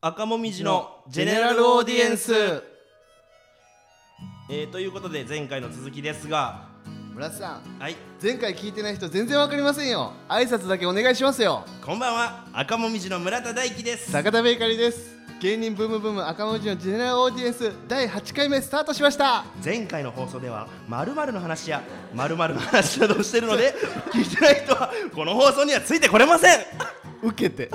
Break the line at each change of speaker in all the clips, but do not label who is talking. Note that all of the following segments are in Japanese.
赤もみじのジェネラルオーディエンス、ということで前回の続きですが、
村瀬さん、
はい、
前回聞いてない人全然わかりませんよ。挨拶だけお願いしますよ。
こんばんは、赤もみじの村田大樹です。
坂田ベーカリーです。芸人ブームブーム赤もみじのジェネラルオーディエンス第8回目スタートしました。
前回の放送では〇〇の話や〇〇の話などをしてるので聞いてない人はこの放送にはついてこれません。
受けて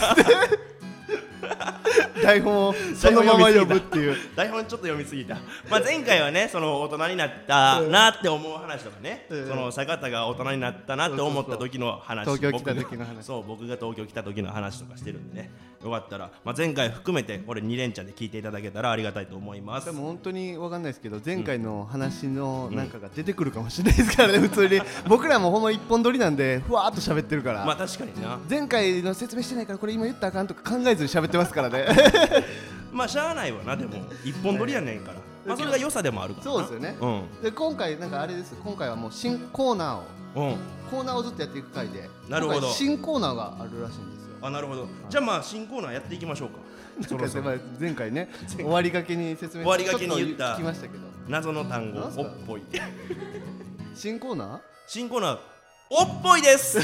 台本をそのまま読むっていう
台本ちょっと読みすぎた。前回はね、その大人になったなって思う話とかね、その坂田が大人になったなって思った時の話、
東京来た時の話、
僕が東京来た時の話とかしてるんでね、よかったら、前回含めてこれ2連チャンで聞いていただけたらありがたいと思います。
でも本当に分かんないですけど、前回の話のなんかが出てくるかもしれないですからね、普通に僕らもほんま一本撮りなんでふわーっと喋ってるから、
確かにな、
前回の説明してないからこれ今言ったらあかんとか考えずに喋ってますからね
しゃあないわな。でも一本撮りやねんから、それが良さでもあるからな。
そうですよね、で今回なんかあれです、今回はもう新コーナーをずっとやっていく回で、
なるほど、
新コーナーがあるらしいんですよ。
なるほど、じゃあ新コーナーやっていきましょうか。そろそろ
前回ね終わりがけに説明
終わりがけに言った
聞きましたけど、
謎の単語おっぽい
新コーナー
おっぽいです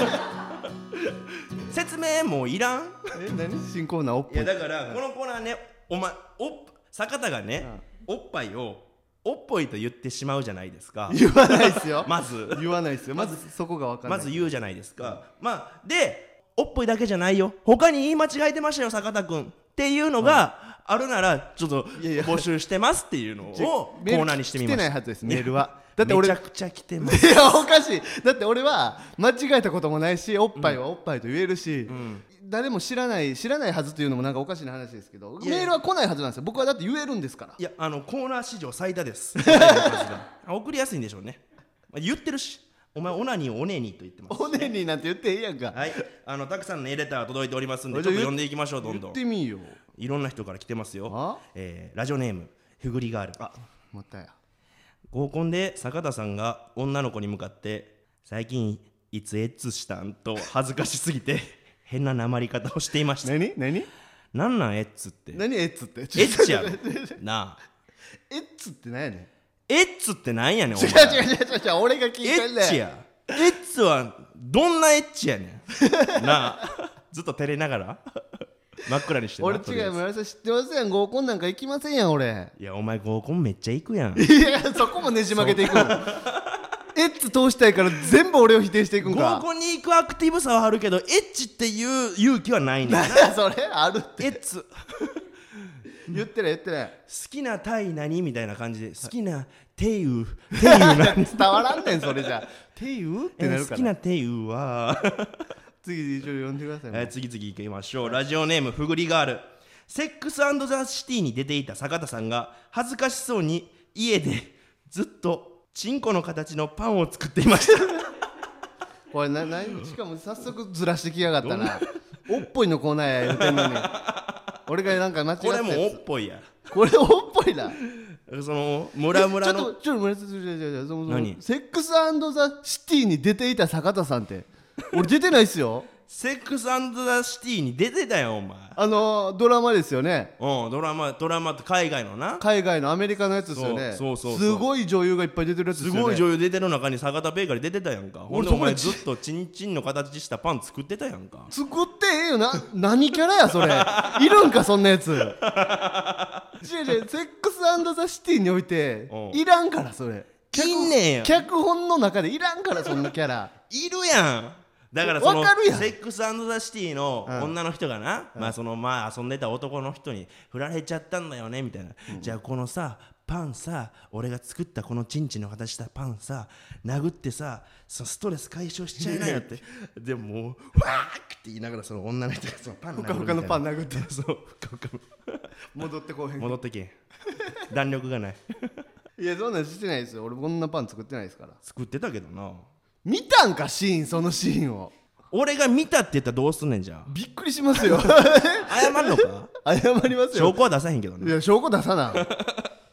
説明もういらん。
何新コーナーおっぽい。
いやだからこのコーナーね、坂田がね、おっぱいをおっぽいと言ってしまうじゃないですか。
言わないですよ
まず
言わないですよ。まずそこが分かんない。
まず言うじゃないですか。でおっぽいだけじゃないよ、他に言い間違えてましたよ坂田くんっていうのがあるならちょっと募集してますっていうのをコーナーにしてみました。
来てないはずです、メールは。だって俺
めちゃくちゃ来てます。
いやおかしい。だって俺は間違えたこともないし、おっぱいはおっぱいと言えるし、誰も知らないはずというのもなんかおかしな話ですけど、メールは来ないはずなんですよ。僕はだって言えるんですから。
いやコーナー史上最多です送りやすいんでしょうね。言ってるし、お前オナニーをおねにと言ってます、
おねになんて言っていいやんか。
はい、たくさんのエレター届いておりますんで、ちょっと読んでいきましょう。どんどん
言ってみよう。
いろんな人から来てますよ。ラジオネームふぐりガール。
もったいや。
合コンで坂田さんが女の子に向かって最近いつエッツしたんと恥ずかしすぎて変ななまり方をしていました。
何
なんなんエッツって。
何エッツって。エ
ッチやろなあ。
エッツって何やねん。
エッツってなんやねんお前。
違う俺が聞いてんねん。
エッチや。エッツはどんなエッチやねんなあ。ずっと照れながら真っ暗にしてる。
俺違う、村瀬知ってますやん。合コンなんか行きませんやん俺。
いやお前合コンめっちゃ行くやん。
いやそこもねじ曲げていくのエッツ通したいから全部俺を否定していくんか。
合コンに行くアクティブさはあるけどエッチっていう勇気はないねんな。
それあるって
エッツ
言ってない
好きなタイ何みたいな感じで、好きなテイウ何
伝わらんねんそれじゃ。テイウってなるから。
好きなテイウは
次一緒に呼んでください。
次行きましょう。ラジオネームふぐりガール。セックス&ザ・シティに出ていた坂田さんが恥ずかしそうに家でずっとチンコの形のパンを作っていました
これしかも早速ずらしてきやがったなおっぽいのコーナーや言うてんのに俺がなんか間違って
これもおっぽいや。
これおっぽいな。
その村の
ちょっと村瀬
何
セックス&ザ・シティに出ていた坂田さんって俺出てないっすよ。
セックス&ザ・シティに出てたよお前。
ドラマですよね。
ドラマって海外のな、
海外のアメリカのやつですよね。
そう
すごい女優がいっぱい出てるやつですよね。
すごい女優出てる中に坂田ベーカリー出てたやんか。ほんでお前ずっとチンチンの形したパン作ってたやんか。
作ってええよな。何キャラやそれいるんかそんなやつ。違うセックス&ザ・シティにおいていらんからそれ。
いんねんや。
脚本の中でいらんからそんなキャラ
いるやん。だからその
セ
ックス&ザ・シティの女の人がな、遊んでた男の人に振られちゃったんだよねみたいな、じゃあこのさパンさ、俺が作ったこのチンチンの形したパンさ殴ってさ、そのストレス解消しちゃいなよってでももうわーって言いながらその女の人がそのパン殴るみたいな、
ふかふかのパン殴って
そうふかふか
戻ってこうへん。
戻ってけん弾力がない
いやそんなんしてないですよ。俺こんなパン作ってないですから。
作ってたけどな。
見たんかシーン、そのシーンを。
俺が見たって言ったらどうすんねん。じゃあ
びっくりしますよ
謝るのか
謝りますよ。
証拠は出さへんけどね。
いや証拠出さな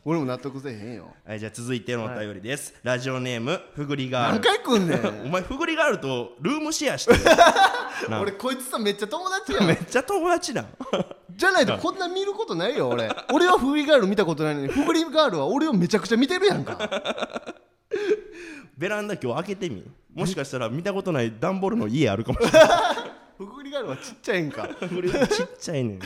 俺も納得せえへんよ。
はい、じゃあ続いてのお便りです、ラジオネームふぐりガー
何
ル。
回来んねん
お前ふぐりガールとルームシェアしてるな
俺こいつさめっちゃ友達やん
めっちゃ友達なん
じゃないとこんな見ることないよ俺はフグリガール見たことないのにフグリガールは俺をめちゃくちゃ見てるやんか
ベランダ今日開けてみ、もしかしたら見たことない段ボールの家あるかもしれない
フグリガールはちっちゃいんか
フグリガールちっちゃいねん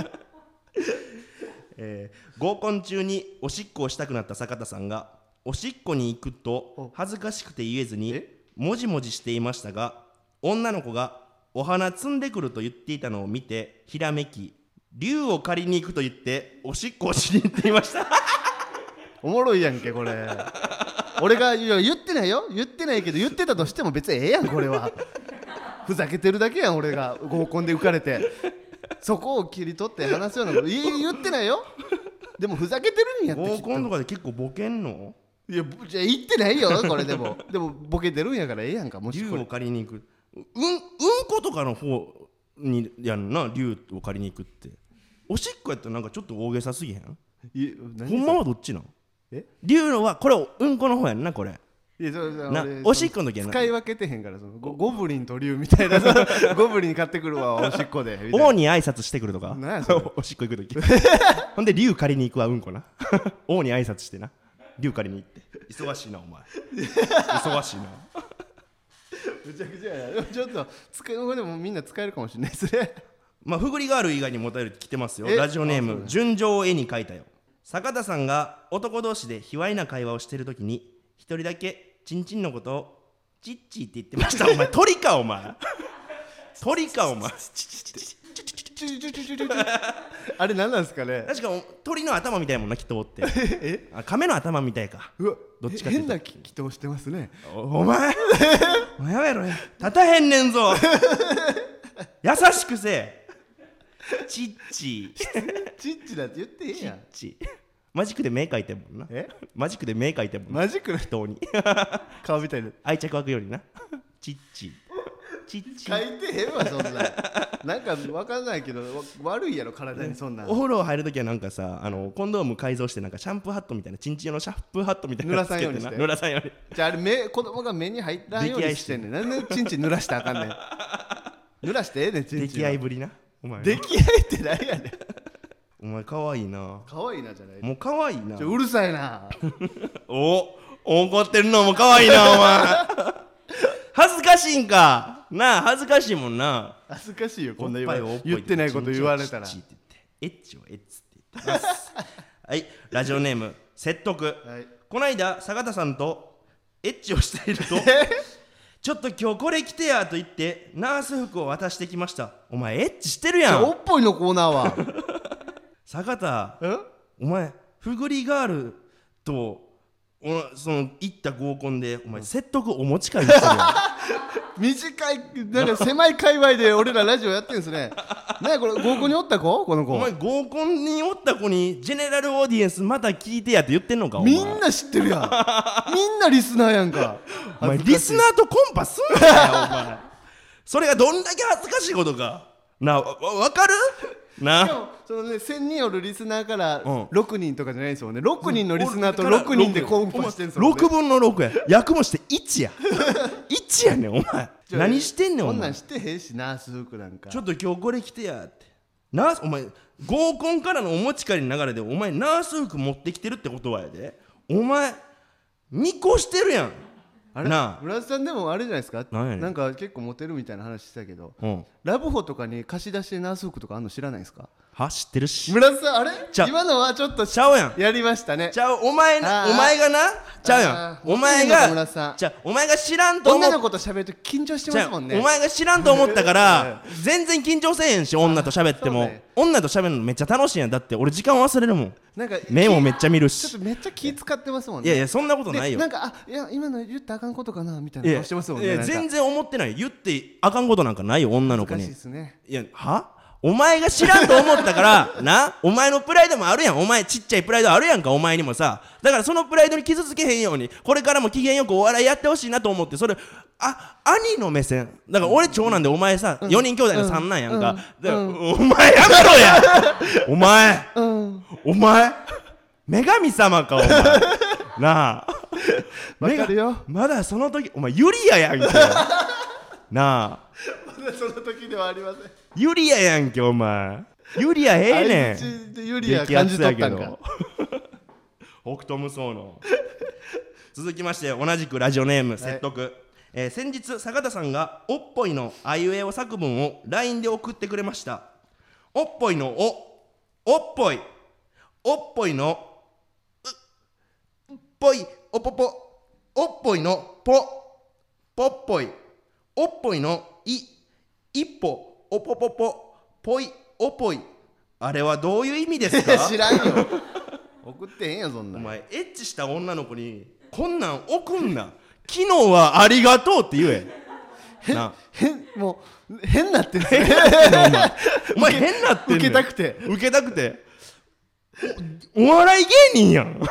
合コン中におしっこをしたくなった坂田さんがおしっこに行くと恥ずかしくて言えずにもじもじしていましたが、女の子がお花摘んでくると言っていたのを見てひらめき、竜を借りに行くと言っておしっこをしに行っていました
おもろいやんけこれ俺がいや言ってないよ言ってないけど言ってたとしても別にええやんこれはふざけてるだけやん俺が合コンで浮かれてそこを切り取って話すようなこと言ってないよでもふざけてるんやって
合コンとかで結構ボケんの？
いやじゃあ言ってないよこれでもボケてるんやからええやんかもしこれ
竜を借りに行くうんことかの方にやんな、竜を借りに行くっておしっこやったらなんかちょっと大げさすぎへん？ほんまはどっちなん？竜はこれうんこの方やんなこれ。
いや
なおしっこの時はな
使い分けてへんからそのゴブリンと竜みたいなゴブリン買ってくるわおしっこで
王に挨拶してくるとか
何やそれ
おしっこ行く時ほんで竜借りに行くわうんこな王に挨拶してな竜借りに行って忙しいなお前忙しいな
むちゃくちゃやな。でもちょっとでもみんな使えるかもしれないですね
まあフグリガール以外にもお便り来てますよ。ラジオネーム純情を絵に描いたよ。坂田さんが男同士で卑猥な会話をしている時に一人だけチンチンのことをチッチーって言ってました。お前鳥かお前鳥かお前
あれ何なんですかね。
確か鳥の頭みたいもんな、きっとおって亀の頭みたいか。
うわ
どっちかっていうと
変な祈祷してますね。
お前やめろや、立たへんねんぞ優しくせえチッチ
チッチだって言ってええやん。
チマジックで目描いてんもんな。マジックで目描いてんもんな。
マジックの
人に
顔みたいな
愛着湧くようになチッチ
書いてへんわそんななんか分かんないけど悪いやろ体にそんな。
お風呂入るときはなんかさコンドーム改造してなんかシャンプーハットみたいなチンチン用のシャンプーハットみたいな
濡らさんようにして
濡らさんように。
じゃああれ子供が目に入らんようにしてんねん。なんでチンチン濡らしたらあかんねん濡らしてええねんチンチン。
出来合いぶりなお前。
出来合いって何やねん
お前かわいいな。
かわいいなじゃない。
もうかわいいな。
うるさいな
怒ってるのもかわいいなお前恥ずかしいんかなあ。恥ずかしいもんな。
恥ずかしいよこんな
言
ってないこと言われたら。
エッチをエッツって言ってますはいラジオネーム説得、はい、こないだ坂田さんとエッチをしているとちょっと今日これ着てやと言ってナース服を渡してきました。お前エッチしてるやん。
おっぽいのコーナーは
坂田お前フグリガールとその行った合コンでお前説得お持ち帰りしてるやん
短いなんか狭い界隈で俺らラジオやってるんですね何やこれ合コンにおった子この子。
お前合コンにおった子にジェネラルオーディエンスまた聞いてやって言ってんのかお前。
みんな知ってるやんみんなリスナーやんか
お前リスナーとコンパすんなよお前それがどんだけ恥ずかしいことかな。分かるな。
でもそのね1000人おるリスナーから6人とかじゃないですよね。6人のリスナーと6人でコンパしてんすよね。
6分の6や。役もして1や1やねんお前何してんねんお前。
こんなんしてへんしナース服なんか。
ちょっと今日これ着てやってナースお前合コンからのお持ち帰りの流れでお前ナース服持ってきてるってことはやでお前見越してるやん。
あれ
なあ
村田さんでもあれじゃないですか。
何やねん
なんか結構モテるみたいな話してたけど、ラブホとかに貸し出してナース服とかあんの知らないですか。
は知ってるし。
村田さんあれ今のはちょっと
ちゃうやん。
やりましたね。
ちゃうお前がなちゃうやん。お前が知らんと思っ
女の子と喋ると緊張してますもんね。
お前が知らんと思ったから全然緊張せえへんし女と喋っても、女と喋るのめっちゃ楽しいやん。だって俺時間忘れるもん。
なんか
目もめっちゃ見るし。
ちょっとめっちゃ気使ってますもんね。
いやいやそんなことないよ。
なんかいや今の言ったらあかんことかなみたいな顔してますもんね。
いや全然思ってない。言ってあかんことなんかないよ女の子に。
難しいですね。
いやはお前が知らんと思ったからなお前のプライドもあるやん。お前ちっちゃいプライドあるやんかお前にもさ。だからそのプライドに傷つけへんようにこれからも機嫌よくお笑いやってほしいなと思って。それ兄の目線だから。俺長男でお前さ、4人兄弟の三男やんか、お前やめろやお前女神様かお前なあ
わかるよ。
まだその時お前ユリアやんけなあ
まだその時ではありません。
ユリアやんけお前ユリアええねん
相槌でユリア感じ取ったんか。
北斗無双の続きまして同じくラジオネーム説得、先日坂田さんがおっぽいのあいうえお作文を LINE で送ってくれました。おっぽいのおっぽいおっぽいのっぽいおぽぽおっぽいのぽっぽいおっぽいの一歩おぽぽぽぽいおぽいあれはどういう意味ですか
知らんよ。送ってへんやそんな
お前エッチした女の子にこんなん送んな昨日はありがとうって言えな
もう変なってる
お前変なってんねん
受けたくて
受けたくて お笑い芸人やん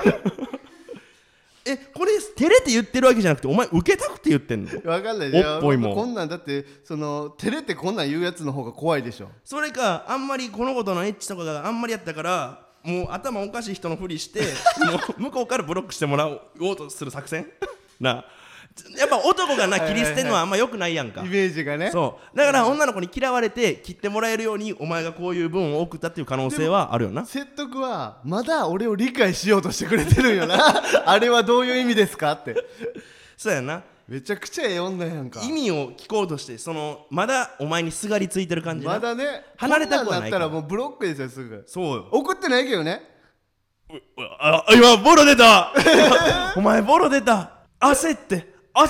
これ照れて言ってるわけじゃなくてお前受けたくて言ってんの
わかんない
おっぽいも
こんなんだってその照れてこんなん言うやつの方が怖いでしょ。
それかあんまりこのことのエッチとかがあんまりやったからもう頭おかしい人のふりしてもう向こうからブロックしてもらおうとする作戦なやっぱ男がな切り捨てるのはあんま良くないやんか
イメージがね。
そうだから女の子に嫌われて切ってもらえるようにお前がこういう文を送ったっていう可能性はあるよな。
説得はまだ俺を理解しようとしてくれてるんよなあれはどういう意味ですかって
そうやな
めちゃくちゃええ女やんか。
意味を聞こうとしてまだお前にすがりついてる感じな
まだね
離れたくはないから
こんなんなったらもうブロックですよすぐ。
そうよ
送ってないけどね。
今ボロ出たお前ボロ出た焦って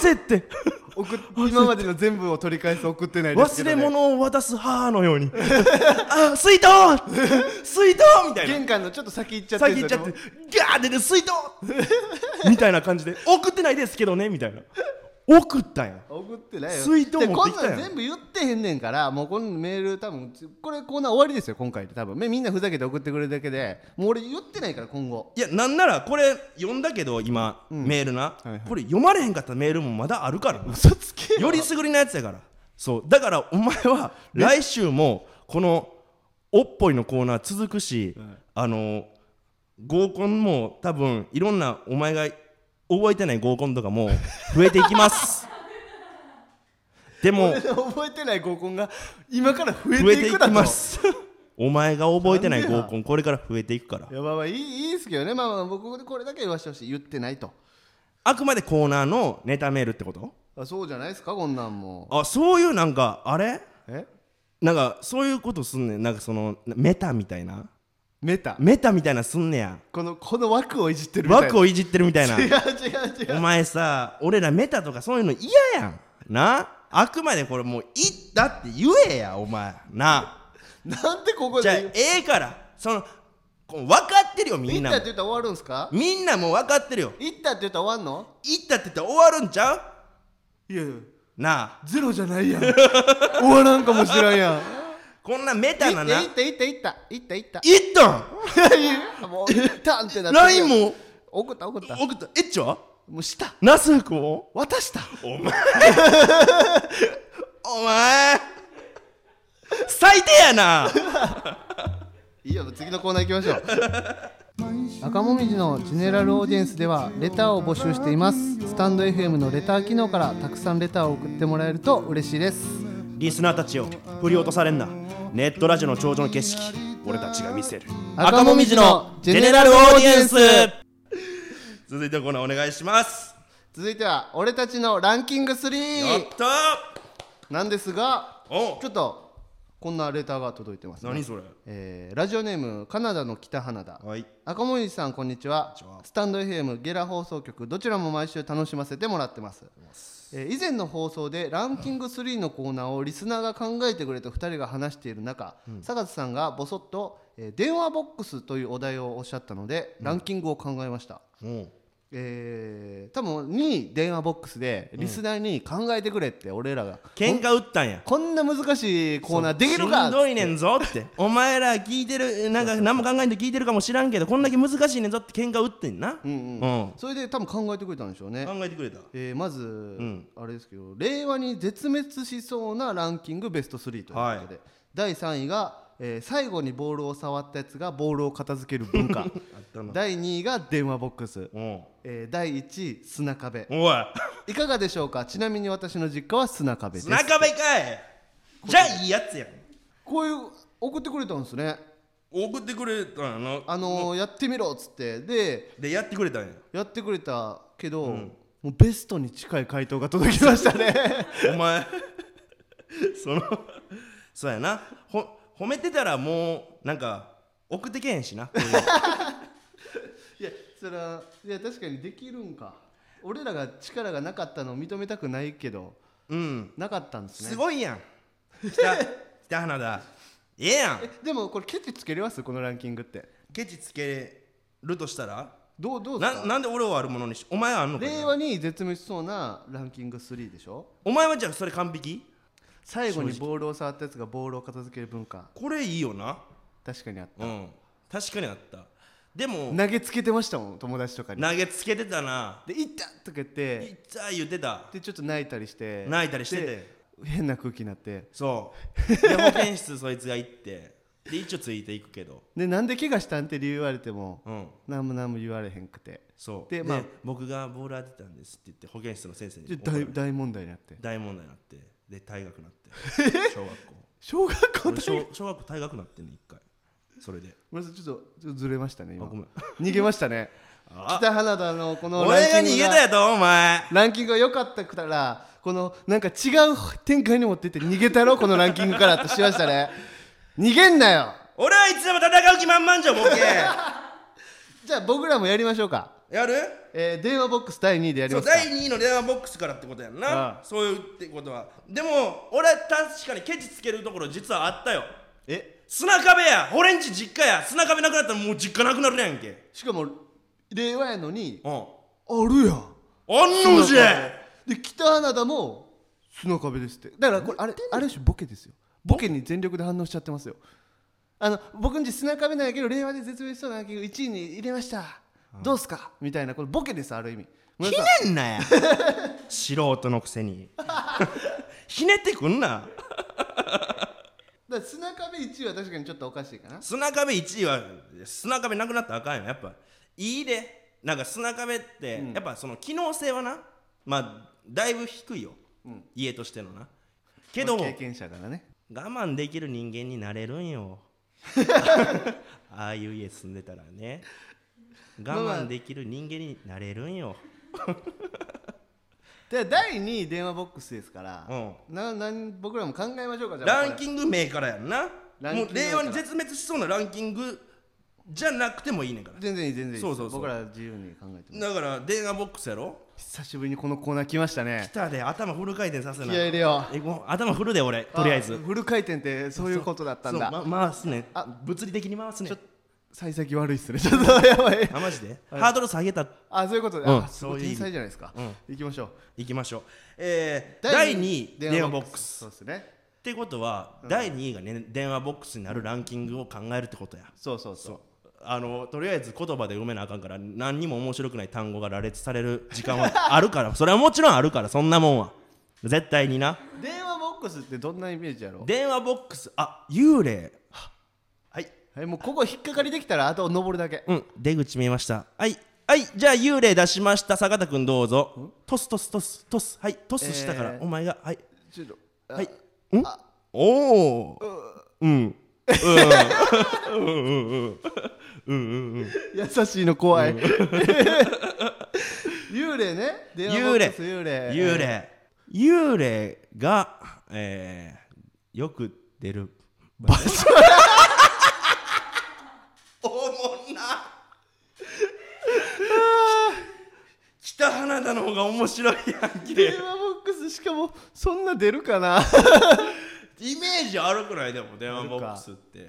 今までの全部を取り返す送ってないですけ
忘
ど、ね、
れ物を渡す母のように水筒みたいな
玄関のちょっと先行っちゃって
先行っちゃってガーって出て水筒みたいな感じで送ってないですけどねみたいな送ったんや
送ってないよ。
水筒持ってきたやん
こんなん全部言ってへんねんからもうこのメール多分これコーナー終わりですよ今回で多分みんなふざけて送ってくれるだけでもう俺言ってないから今後。
いやなんならこれ読んだけど今、メールな、
はいはい、
これ読まれへんかったメールもまだあるから
嘘つけ
よりすぐりのやつやからそうだからお前は来週もこのおっぽいのコーナー続くし、合コンも多分いろんなお前が覚えてない合コンとかも増えていきますでも
俺の覚えてない合コンが今から増
増えていき
えていくだと
ますお前が覚えてない合コンこれから増えていくから
いやまあいいですけどね。まあ僕これだけ言わしてほしい。言ってないと。
あくまでコーナーのネタメールってこと
そうじゃないですかこんなんも。
そういうなんかあれ
え
なんかそういうことすんねんなんかそのメタみたいな
メタ
みたいなすんねや
この枠をいじってるみたいな。
枠をいじってるみたいな
違う
お前さ俺らメタとかそういうの嫌やんなあくまでこれもういったって言えやお前な
なんでここ
じゃあ
で
から分かってるよみんなも
行ったって言ったら終わるんすか。
みんなもう分かってるよ
行ったって言ったら終わんの。
行ったって言ったら終わるんちゃう
いやいや
なあ
ゼロじゃないやん終わらんかもしれんやん。
こんなメタなな
行った
行ったん
もう行ったんってなって
LINE も
送った
送ったエッチは
もうした
ナスフも
渡した。
お前最低やない
いよ次のコーナー行きましょう赤もみじのジェネラルオーディエンスではレターを募集しています。スタンド FM のレター機能からたくさんレターを送ってもらえると嬉しいです。
リスナーたちを振り落とされんな。ネットラジオの頂上の景色俺たちが見せる
赤もみじのジェネラルオーディエンス。
続いてのコーナーお願いします。
続いては俺たちのランキング
やっ
3
た
なんですが
お
ちょっとこんなレターが届いてます、ね、
何それ、
ラジオネームカナダの北花田、
はい、
赤もみじさんこんにちは。スタンド FM ゲラ放送局どちらも毎週楽しませてもらってます。以前の放送でランキング3のコーナーをリスナーが考えてくれと2人が話している中、坂田さんがボソッと、電話ボックスというお題をおっしゃったので、ランキングを考えました。多分2位電話ボックスでリスナーに考えてくれって俺らが
喧嘩打ったんや。
こんな難しいコーナーできるか
しんどいねんぞってお前ら聞いてるなんか何も考えんと聞いてるかもしらんけどこんだけ難しいねんぞって喧嘩打ってんな。
それで多分考えてくれたんでしょうね。
考えてくれた。
まず、あれですけど令和に絶滅しそうなランキングベスト3ということで、第3位が最後にボールを触ったやつがボールを片付ける文化
あったな。
第2位が電話ボックス、
お
第1位砂壁。
おい
いかがでしょうか。ちなみに私の実家は砂壁です。
砂壁かい。じゃあいいやつやん。
こういう送ってくれたんですね。
送ってくれたんやな。
やってみろっつって
でやってくれたんや。
やってくれたけど、もうベストに近い回答が届きましたね
お前そうやな。褒めてたらもうなんか送ってけへんしな。こういう
いやそれはいや確かにできるんか。俺らが力がなかったのを認めたくないけど、なかったんですね。
すごいやん。北花田ええやん。
でもこれケチつけれます？このランキングって
ケチつけるとしたら
どうですか？
なんで俺を悪者にし、お前はあんのかな。
令和に絶滅しそうなランキング3でしょ。
お前はじゃあそれ完璧。
最後にボールを触ったやつがボールを片付ける文化、
これいいよな。
確かにあった、
確かにあった。でも
投げつけてましたもん、友達とかに。
投げつけてたな。
で「いった!」とか言って
いっちゃ言ってた。
でちょっと泣いたりして
て
変な空気になって、
そうで保健室そいつが行ってで一応ついていくけど、
でなんで怪我したんって理由言われても、何も言われへんくて、
そう
で
僕がボール当てたんですって言って保健室の先生に
大問題になって、
大問題になって、で退学になって
小学校
小学校退学になってんね一回。それで
ちょっとずれましたね今。
ごめん
逃げましたね北花田のこの
俺が逃げたやとお前。
ランキングが良かったからこのなんか違う展開に持ってって逃げたろこのランキングからとしましたね逃げんなよ。
俺はいつでも戦う気満々じゃんボケ
じゃあ僕らもやりましょうか。
やる？
電話ボックス第2位でやりますか。
そう第2位の電話ボックスからってことやんな。そういうってことは。でも俺は確かにケチつけるところ実はあったよ。砂壁や。俺んち実家や。砂壁なくなったらもう実家なくなるやんけ。
しかも令和やのに
あ
るやん。
あんのじゃ。
で北花田も砂壁ですって。だからこれあれボケですよ。ボケに全力で反応しちゃってますよ。僕んち砂壁なんやけど令和で絶滅しそうなランキング1位に入れました、どうすかみたいな、これボケです。ある意味
ひねんなや素人のくせにひねってくんな
だから砂壁1位は確かにちょっとおかしいかな。
砂壁1位は砂壁なくなったらあかんよ。やっぱいいで。なんか砂壁って、やっぱその機能性はな、まあだいぶ低いよ、家としてのな。けど
経験者からね、
我慢できる人間になれるんよああいう家住んでたらね、我慢できる人間になれるんよ
で第2位電話ボックスですから、僕らも考えましょうか。じゃあ
ランキング名からやんな。もう令和に絶滅しそうなランキングじゃなくてもいいねんから。
全然いい全然いい。
そう
僕ら自由に考えてます。
だから電話ボックスやろ。
久しぶりにこのコーナー来ましたね。
来たで。頭フル回転させな。
気合い入れよう。
もう頭フルで俺とりあえず。
フル回転ってそういうことだったんだ。
回すね。物理的に回すね。
幸先悪いっすね。ちょっとやばい。
マジでハードル下げた。
そういうことで。そういう天才じゃないですか。行きましょう。
第2位電話ボックス。
そうですね。
ってことは第2位がね電話ボックスになるランキングを考えるってことや。
そう。
とりあえず言葉で埋めなあかんから、何にも面白くない単語が羅列される時間はあるからそれはもちろんあるから、そんなもんは絶対にな。
電話ボックスってどんなイメージやろ。
電話ボックス、幽霊。
はい、もうここ引っかかりできたらあと登るだけ。
出口見えました。はい、じゃあ幽霊出しました。坂田君どうぞ。トス。はい、トスしたからお前が。はい、はい、おお、
優しいの怖い幽霊ね。
幽霊がよく出る場所おもんな北花田の方が面白いやんけ。
電話ボックスしかもそんな出るかな
イメージあるくらい。でも電話ボックスって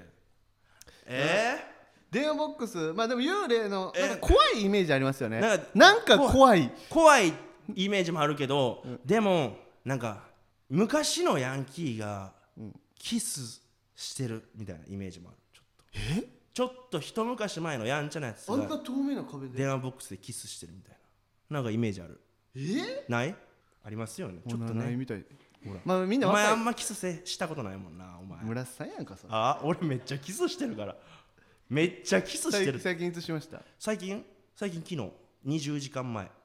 電話ボックス、まあでも幽霊のなんか怖いイメージありますよね。
なん
か怖い
イメージもあるけど、でもなんか昔のヤンキーがキスしてるみたいなイメージもある。ちょっと一昔前のやんちゃなやつが
あんな透明な壁で
電話ボックスでキスしてるみたいな、なんかイメージある。ない？ありますよね。ちょっとね。
ないみたい。 まあみんな
お前あ
若い
んまキスしたことないもんなお前。
村瀬さんやんかそれ。
あ俺めっちゃキスしてるから。めっちゃキスしてる。
最近いつしました？
最近昨日20時間前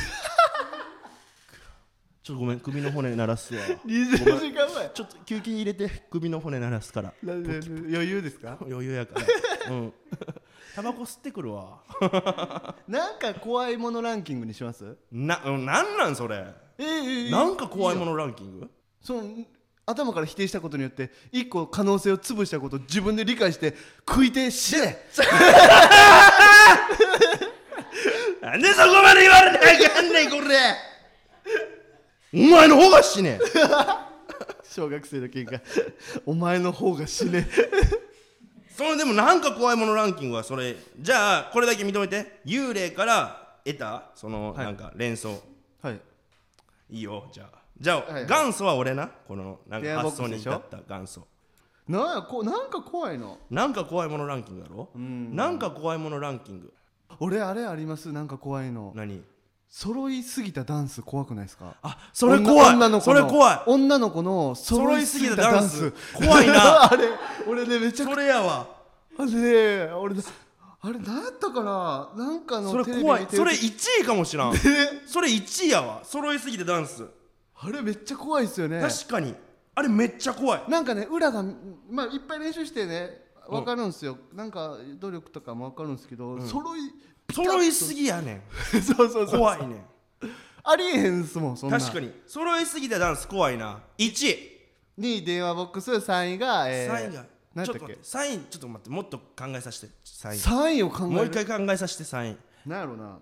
ちょっとごめん首の骨鳴らすわ。
20時間前。
ちょっと休憩入れて首の骨鳴らすから。
余裕ですか？
余裕やからうんタバコ吸ってくるわ
なんか怖いものランキングにします？
なんそれ。なんか怖いものランキング。
その頭から否定したことによって一個可能性を潰したことを自分で理解して食いて死ね
なんでそこまで言われなあかんねんこれお前の方が死ね
小学生の喧嘩お前の方が死ね
それでもなんか怖いものランキングはそれじゃあこれだけ認めて幽霊から得たそのなんか連想、
はい、
いいよじゃあ、はいはい、元祖は俺なこのなんか発想に至った元祖
なんか怖いの
なんか怖いものランキングだろ。なんか怖いものランキング
俺あれありますなんか怖いの。
何？
揃いすぎたダンス怖くないですか？
あそれ怖い。それ怖い。
女の子の揃いすぎたダンス
怖いな
あれ俺ねめちゃくちゃ
それやわ
あれね俺あれ何やったかななんかの
テレビ見てる。それ怖い。それ1位かもしらんそれ1位やわ揃いすぎたダンス。
あれめっちゃ怖いっすよね。
確かにあれめっちゃ怖い。
なんかね裏がまあいっぱい練習してね分かるんですよ、なんか努力とかも分かるんですけど、揃い
すぎやね
んそう
怖いねん
ありえへんすもんそんな。
確かに揃いすぎたダンス怖いな。1位
2位電話ボックス3位が、
3位が
何だっけ
3位ちょっと待ってもっと考えさせて
3位を考える
もう一回考えさせて3位
なんやろな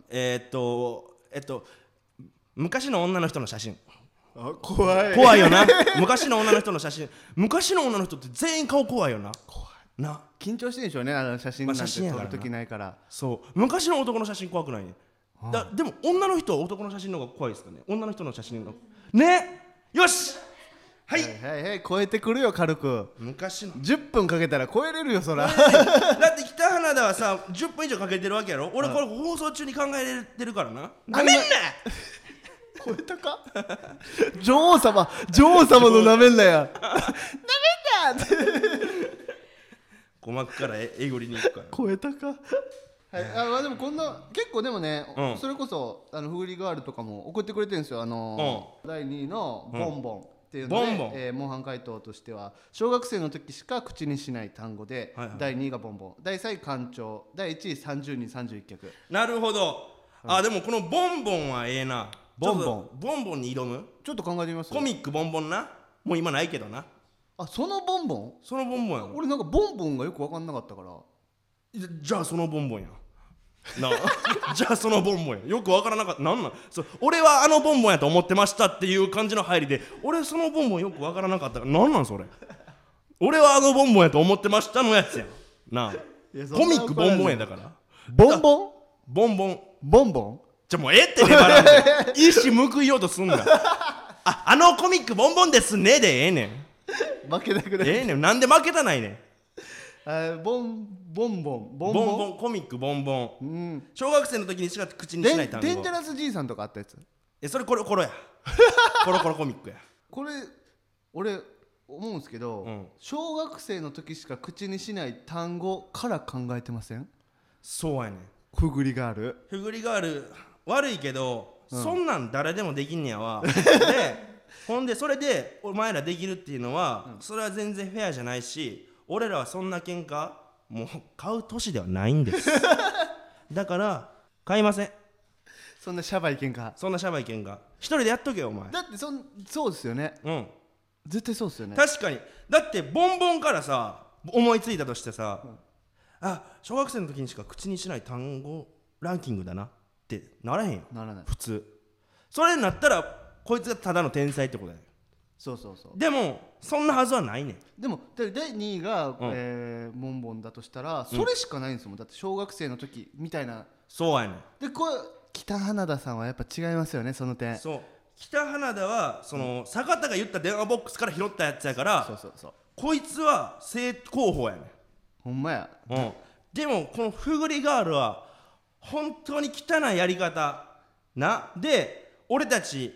昔の女の人の写真。
あ怖
いよな昔の女の人の写真。昔の女の人って全員顔怖いよな。
怖い
な
緊張してんでしょうねあの写真なんて撮る時ないから。
そう昔の男の写真怖くないね。でも女の人は男の写真の方が怖いですかね。女の人の写真のねよしはい
はい超えてくるよ軽く。
昔の
10分かけたら超えれるよそら
だって北花田はさ10分以上かけてるわけやろ。俺これ放送中に考えれてるからな。なめんな
超えたか女王様のなめんなやなめんなって
鼓膜からえぐりに行くから
超えたかはい、まあでもこんな結構でもね、それこそフグリガールとかも送ってくれてるんですよ。第2位のボンボンっていうので、模範解答としては小学生の時しか口にしない単語で、第2位がボンボン、第3位館長、第1位30人31脚。
なるほど、でもこのボンボンはええな。ボンボンに挑む。
ちょっと考えてみます。
コミックボンボンな。もう今ないけどな。
そのボンボン
やん。
俺なんかボンボンがよく分かんなかったから。
じゃあそのボンボンやなじゃあそのボンボンやよく分からなかった。なん俺はあのボンボンやと思ってましたっていう感じの入りで俺そのボンボンよく分からなかったからなんそれ俺はあのボンボンやと思ってましたのやつやなあ。コミックボンボンやだから
ボンボン
ボンボン
ボンボン
じゃもうってねばらんで一矢報いようとすんなあのコミックボンボンですねでええねん
負けなくない
ええねんなんで負けたないねん。
ボンボン
コミックボンボン、小学生の時にしか口にしない単語。
デンジャラスじいさんとかあったやつ。
それコロやコロコミックや
これ俺思うんですけど、小学生の時しか口にしない単語から考えてません？
そうやねん。
フグリガール
悪いけど、そんなん誰でもできんねやわでほんでそれでお前らできるっていうのは、それは全然フェアじゃないし俺らはそんな喧嘩もう買う年ではないんですだから買いません。
そんなシャバい喧嘩
一人でやっとけよお前。
だってそうですよね。絶対そうですよね。
確かに。だってボンボンからさ思いついたとしてさ、小学生の時にしか口にしない単語ランキングだなってならへんよ。
ならない。
普通それになったらこいつがただの天才ってことだよ。
そう
でもそんなはずはないねん。
でも第2位が、ボンボンだとしたらそれしかないんですもん。だって小学生の時みたいな。
そうやねん。
で北花田さんはやっぱ違いますよねその点。
そう北花田はその、坂田が言った電話ボックスから拾ったやつやから、こいつは正攻法やねん。
ほんまや。
でもこのフグリガールは本当に汚いやり方なで俺たち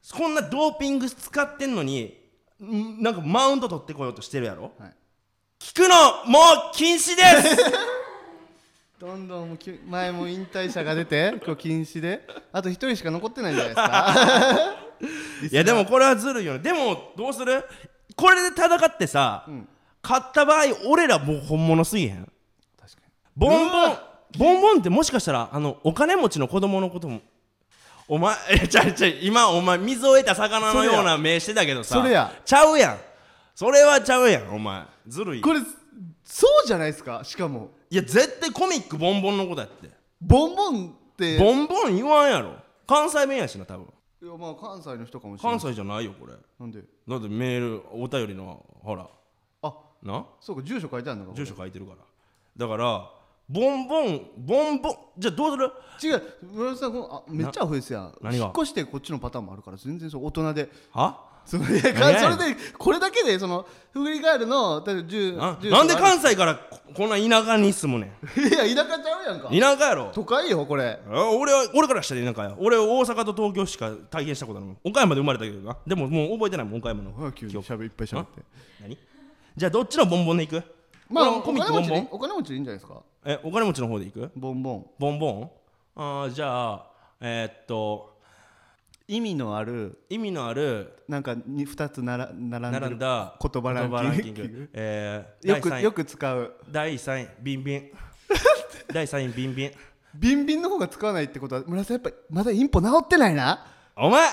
こんなドーピング使ってんのになんかマウント取ってこようとしてるやろ、
はい、
聞くのもう禁止です
どんどん前も引退者が出てこれ禁止であと1人しか残ってないんじゃないですか
いやでもこれはずるいよね。でもどうする、これで戦ってさ、勝った場合俺らもう本物すぎへん。
確かに
ボンボンってもしかしたらお金持ちの子供のこともお前今お前水を得た魚のような目してたけどさ、
それや
ちゃうやん、それはちゃうやん、お前ずるい。
これそうじゃないですか。しかも
いや絶対コミックボンボンのことやって。
ボンボンって
ボンボン言わんやろ、関西弁やしな多分。
いやまあ関西の人かもしれない。
関西じゃないよこれ。
なんで
だってメールお便りのほら
あ
な、
そうか住所書いてあるのか。
住所書いてるから。だからボンボンじゃあどうする。
違う村田さんめっちゃアホですやん。
何が
引っ越してこっちのパターンもあるから全然そう大人で
は
それでこれだけでそのフリーガールのだって
なんで関西からこんな田舎に住むねん。
いや田舎ちゃうやんか。
田舎やろ。
都会よこれ。
俺からしたら田舎や。俺大阪と東京しか体験したことないもん。岡山で生まれたけどな。でももう覚えてないもん岡山の。
急にいっぱい喋って。
何じゃあどっちのボンボンでいく。
まあ
コミックボンボン。
お金持ちでいいんじゃないですか。
お金持ちの方でいく。
ボンボン
ボンボン。じゃあ
意味のあるなんか2つ並んでる言葉ランキングよく使う
第3位ビンビン第3位ビンビン。
ビンビンの方が使わないってことは村瀬やっぱまだインポ治ってないな。
お前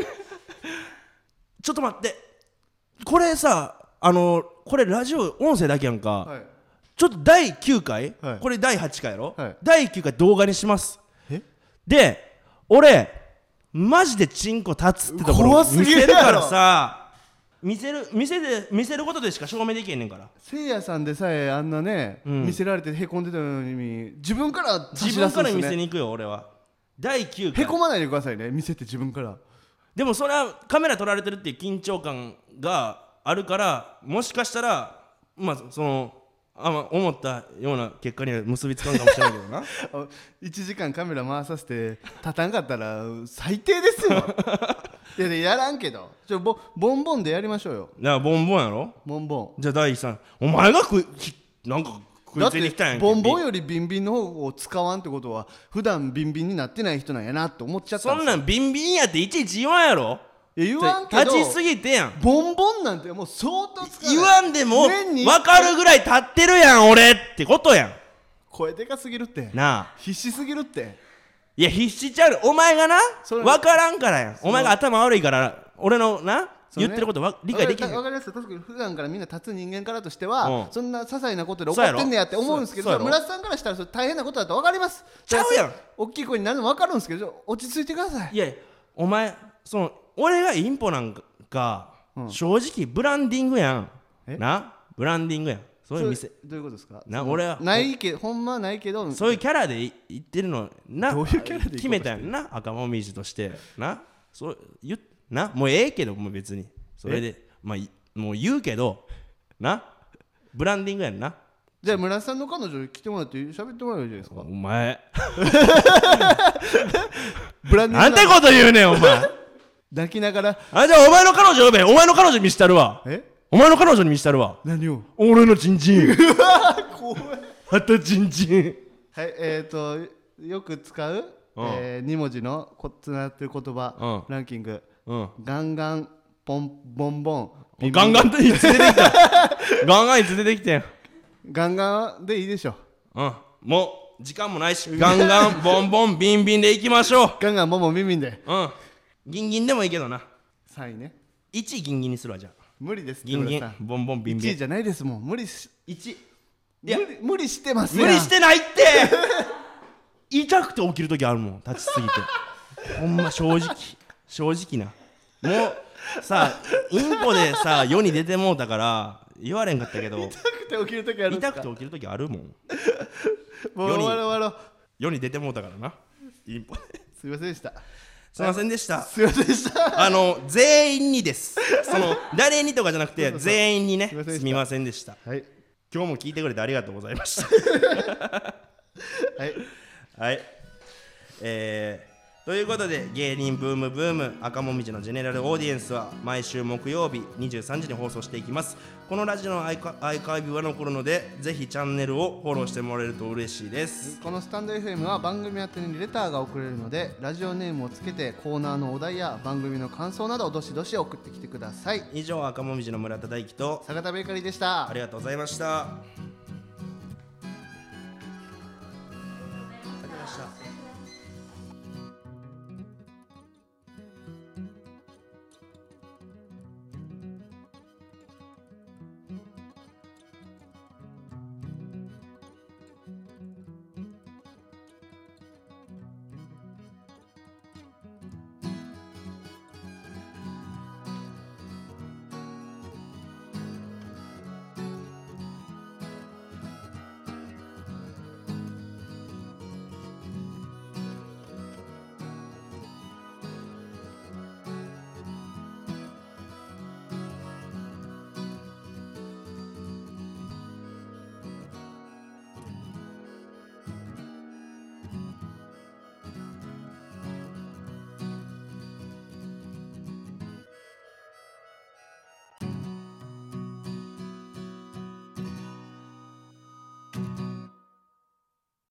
ちょっと待って、これさこれラジオ音声だけやんか、
はい、
ちょっと第9回、
はい、
これ第8回やろ、
はい、
第9回動画にします。で俺マジでチンコ立つってところ見せるからさ、見せることでしか証明できへんねんから。
せいやさんでさえあんなね、見せられてへこんでたのに自分から差し出すんですね。
自分から見せに行くよ俺は。第9回
へこまないでくださいね、見せて自分から。
でもそれはカメラ撮られてるっていう緊張感があるから、もしかしたらまあその思ったような結果には結びつかんかもしれないけどな
1時間カメラ回させて立たんかったら最低ですよいやらんけどボンボンでやりましょうよ。
だからボンボンやろ。
ボンボン
じゃあ第3、お前がなんか食いついてきたんやんけ。
ボンボンよりビンビンの方を使わんってことは普段ビンビンになってない人なんやなって思っちゃったんですよ。
そんなんビンビンやっていちいち言わんやろ。
言わんけど
立ちすぎてやん。
ボンボンなんてもう相当使
言わんでも分かるぐらい立ってるやん俺ってことやん。
声でかすぎるって
なあ、
必死すぎるって。
いや必死ちゃう、お前がな分からんからやん。お前が頭悪いから俺のな言ってることは理解できない。
分かりますよ。確かに普段からみんな立つ人間からとしては、そんな些細なことで怒ってんねやって思うんですけど、村瀬さんからしたらそれ大変なことだと分かります。
ちゃうやん。
大きい声になるの分かるんですけど落ち着いてください。
いやお前俺がインポなんか、正直ブランディングやんな。ブランディングやん。そういう店
どういうことですか。
俺は
ないけどほんまないけど
そういうキャラで言ってるのな。
どういうキャラで
決めたやんな、赤もみじとしてな。そうな、もうええけどもう別にそれでまあもう言うけどな、ブランディングやんな。
じゃあ村瀬さんの彼女に来てもらって喋ってもらえばいいじゃないですか。
お前
ブランディング
なんてこと言うねんお前
抱きながら。
じゃあお前の彼女呼べ。お前の彼女見したるわ。お前の彼女に見したるわ。
何を。
俺のチンチン
怖い。
あとチンチン。
はいよく使う2文字のつながってる言葉ランキング。ガンガンポンボンボン。
ガンガンっていつ出てきたガンガンいつ出てきてん。
ガンガンでいいでしょ。
もう時間もないしガンガンボンボンビンビンでいきましょう。
ガンガンボンボンビンビンで。
ギンギンでもいいけどな。
3位ね。
1位ギンギンにするわ。じゃあ
無理です。
ギンギンボンボンビンビン
1位じゃないですもん。無理し
1。い
や無理してますやん。
無理してないって痛くて起きるときあるもん、立ちすぎてほんま正直な。もうさインコでさ世に出てもうたから言われんかったけど
痛くて起きるときあるんですか。
痛くて起きるときあるもん。
もう終わろう。
世に出てもうたからなインポ
すいませんでした。
すいませんでした。
すいませんでした。
全員にです。誰にとかじゃなくて全員にね、すみませんでした。
はい。
今日も聞いてくれてありがとうございました。
はい。
はい。 ということで、芸人ブームブーム赤もみじのジェネラルオーディエンスは毎週木曜日23時に放送していきます。このラジオのアーカイブは残るので、ぜひチャンネルをフォローしてもらえると嬉しいです。
このスタンド FM は番組宛てにレターが送れるので、ラジオネームをつけてコーナーのお題や番組の感想などどしどし送ってきてください。
以上、赤もみじの村田大樹と
坂田ベーカリーでした。
ありがとうございました。ありがとうございました。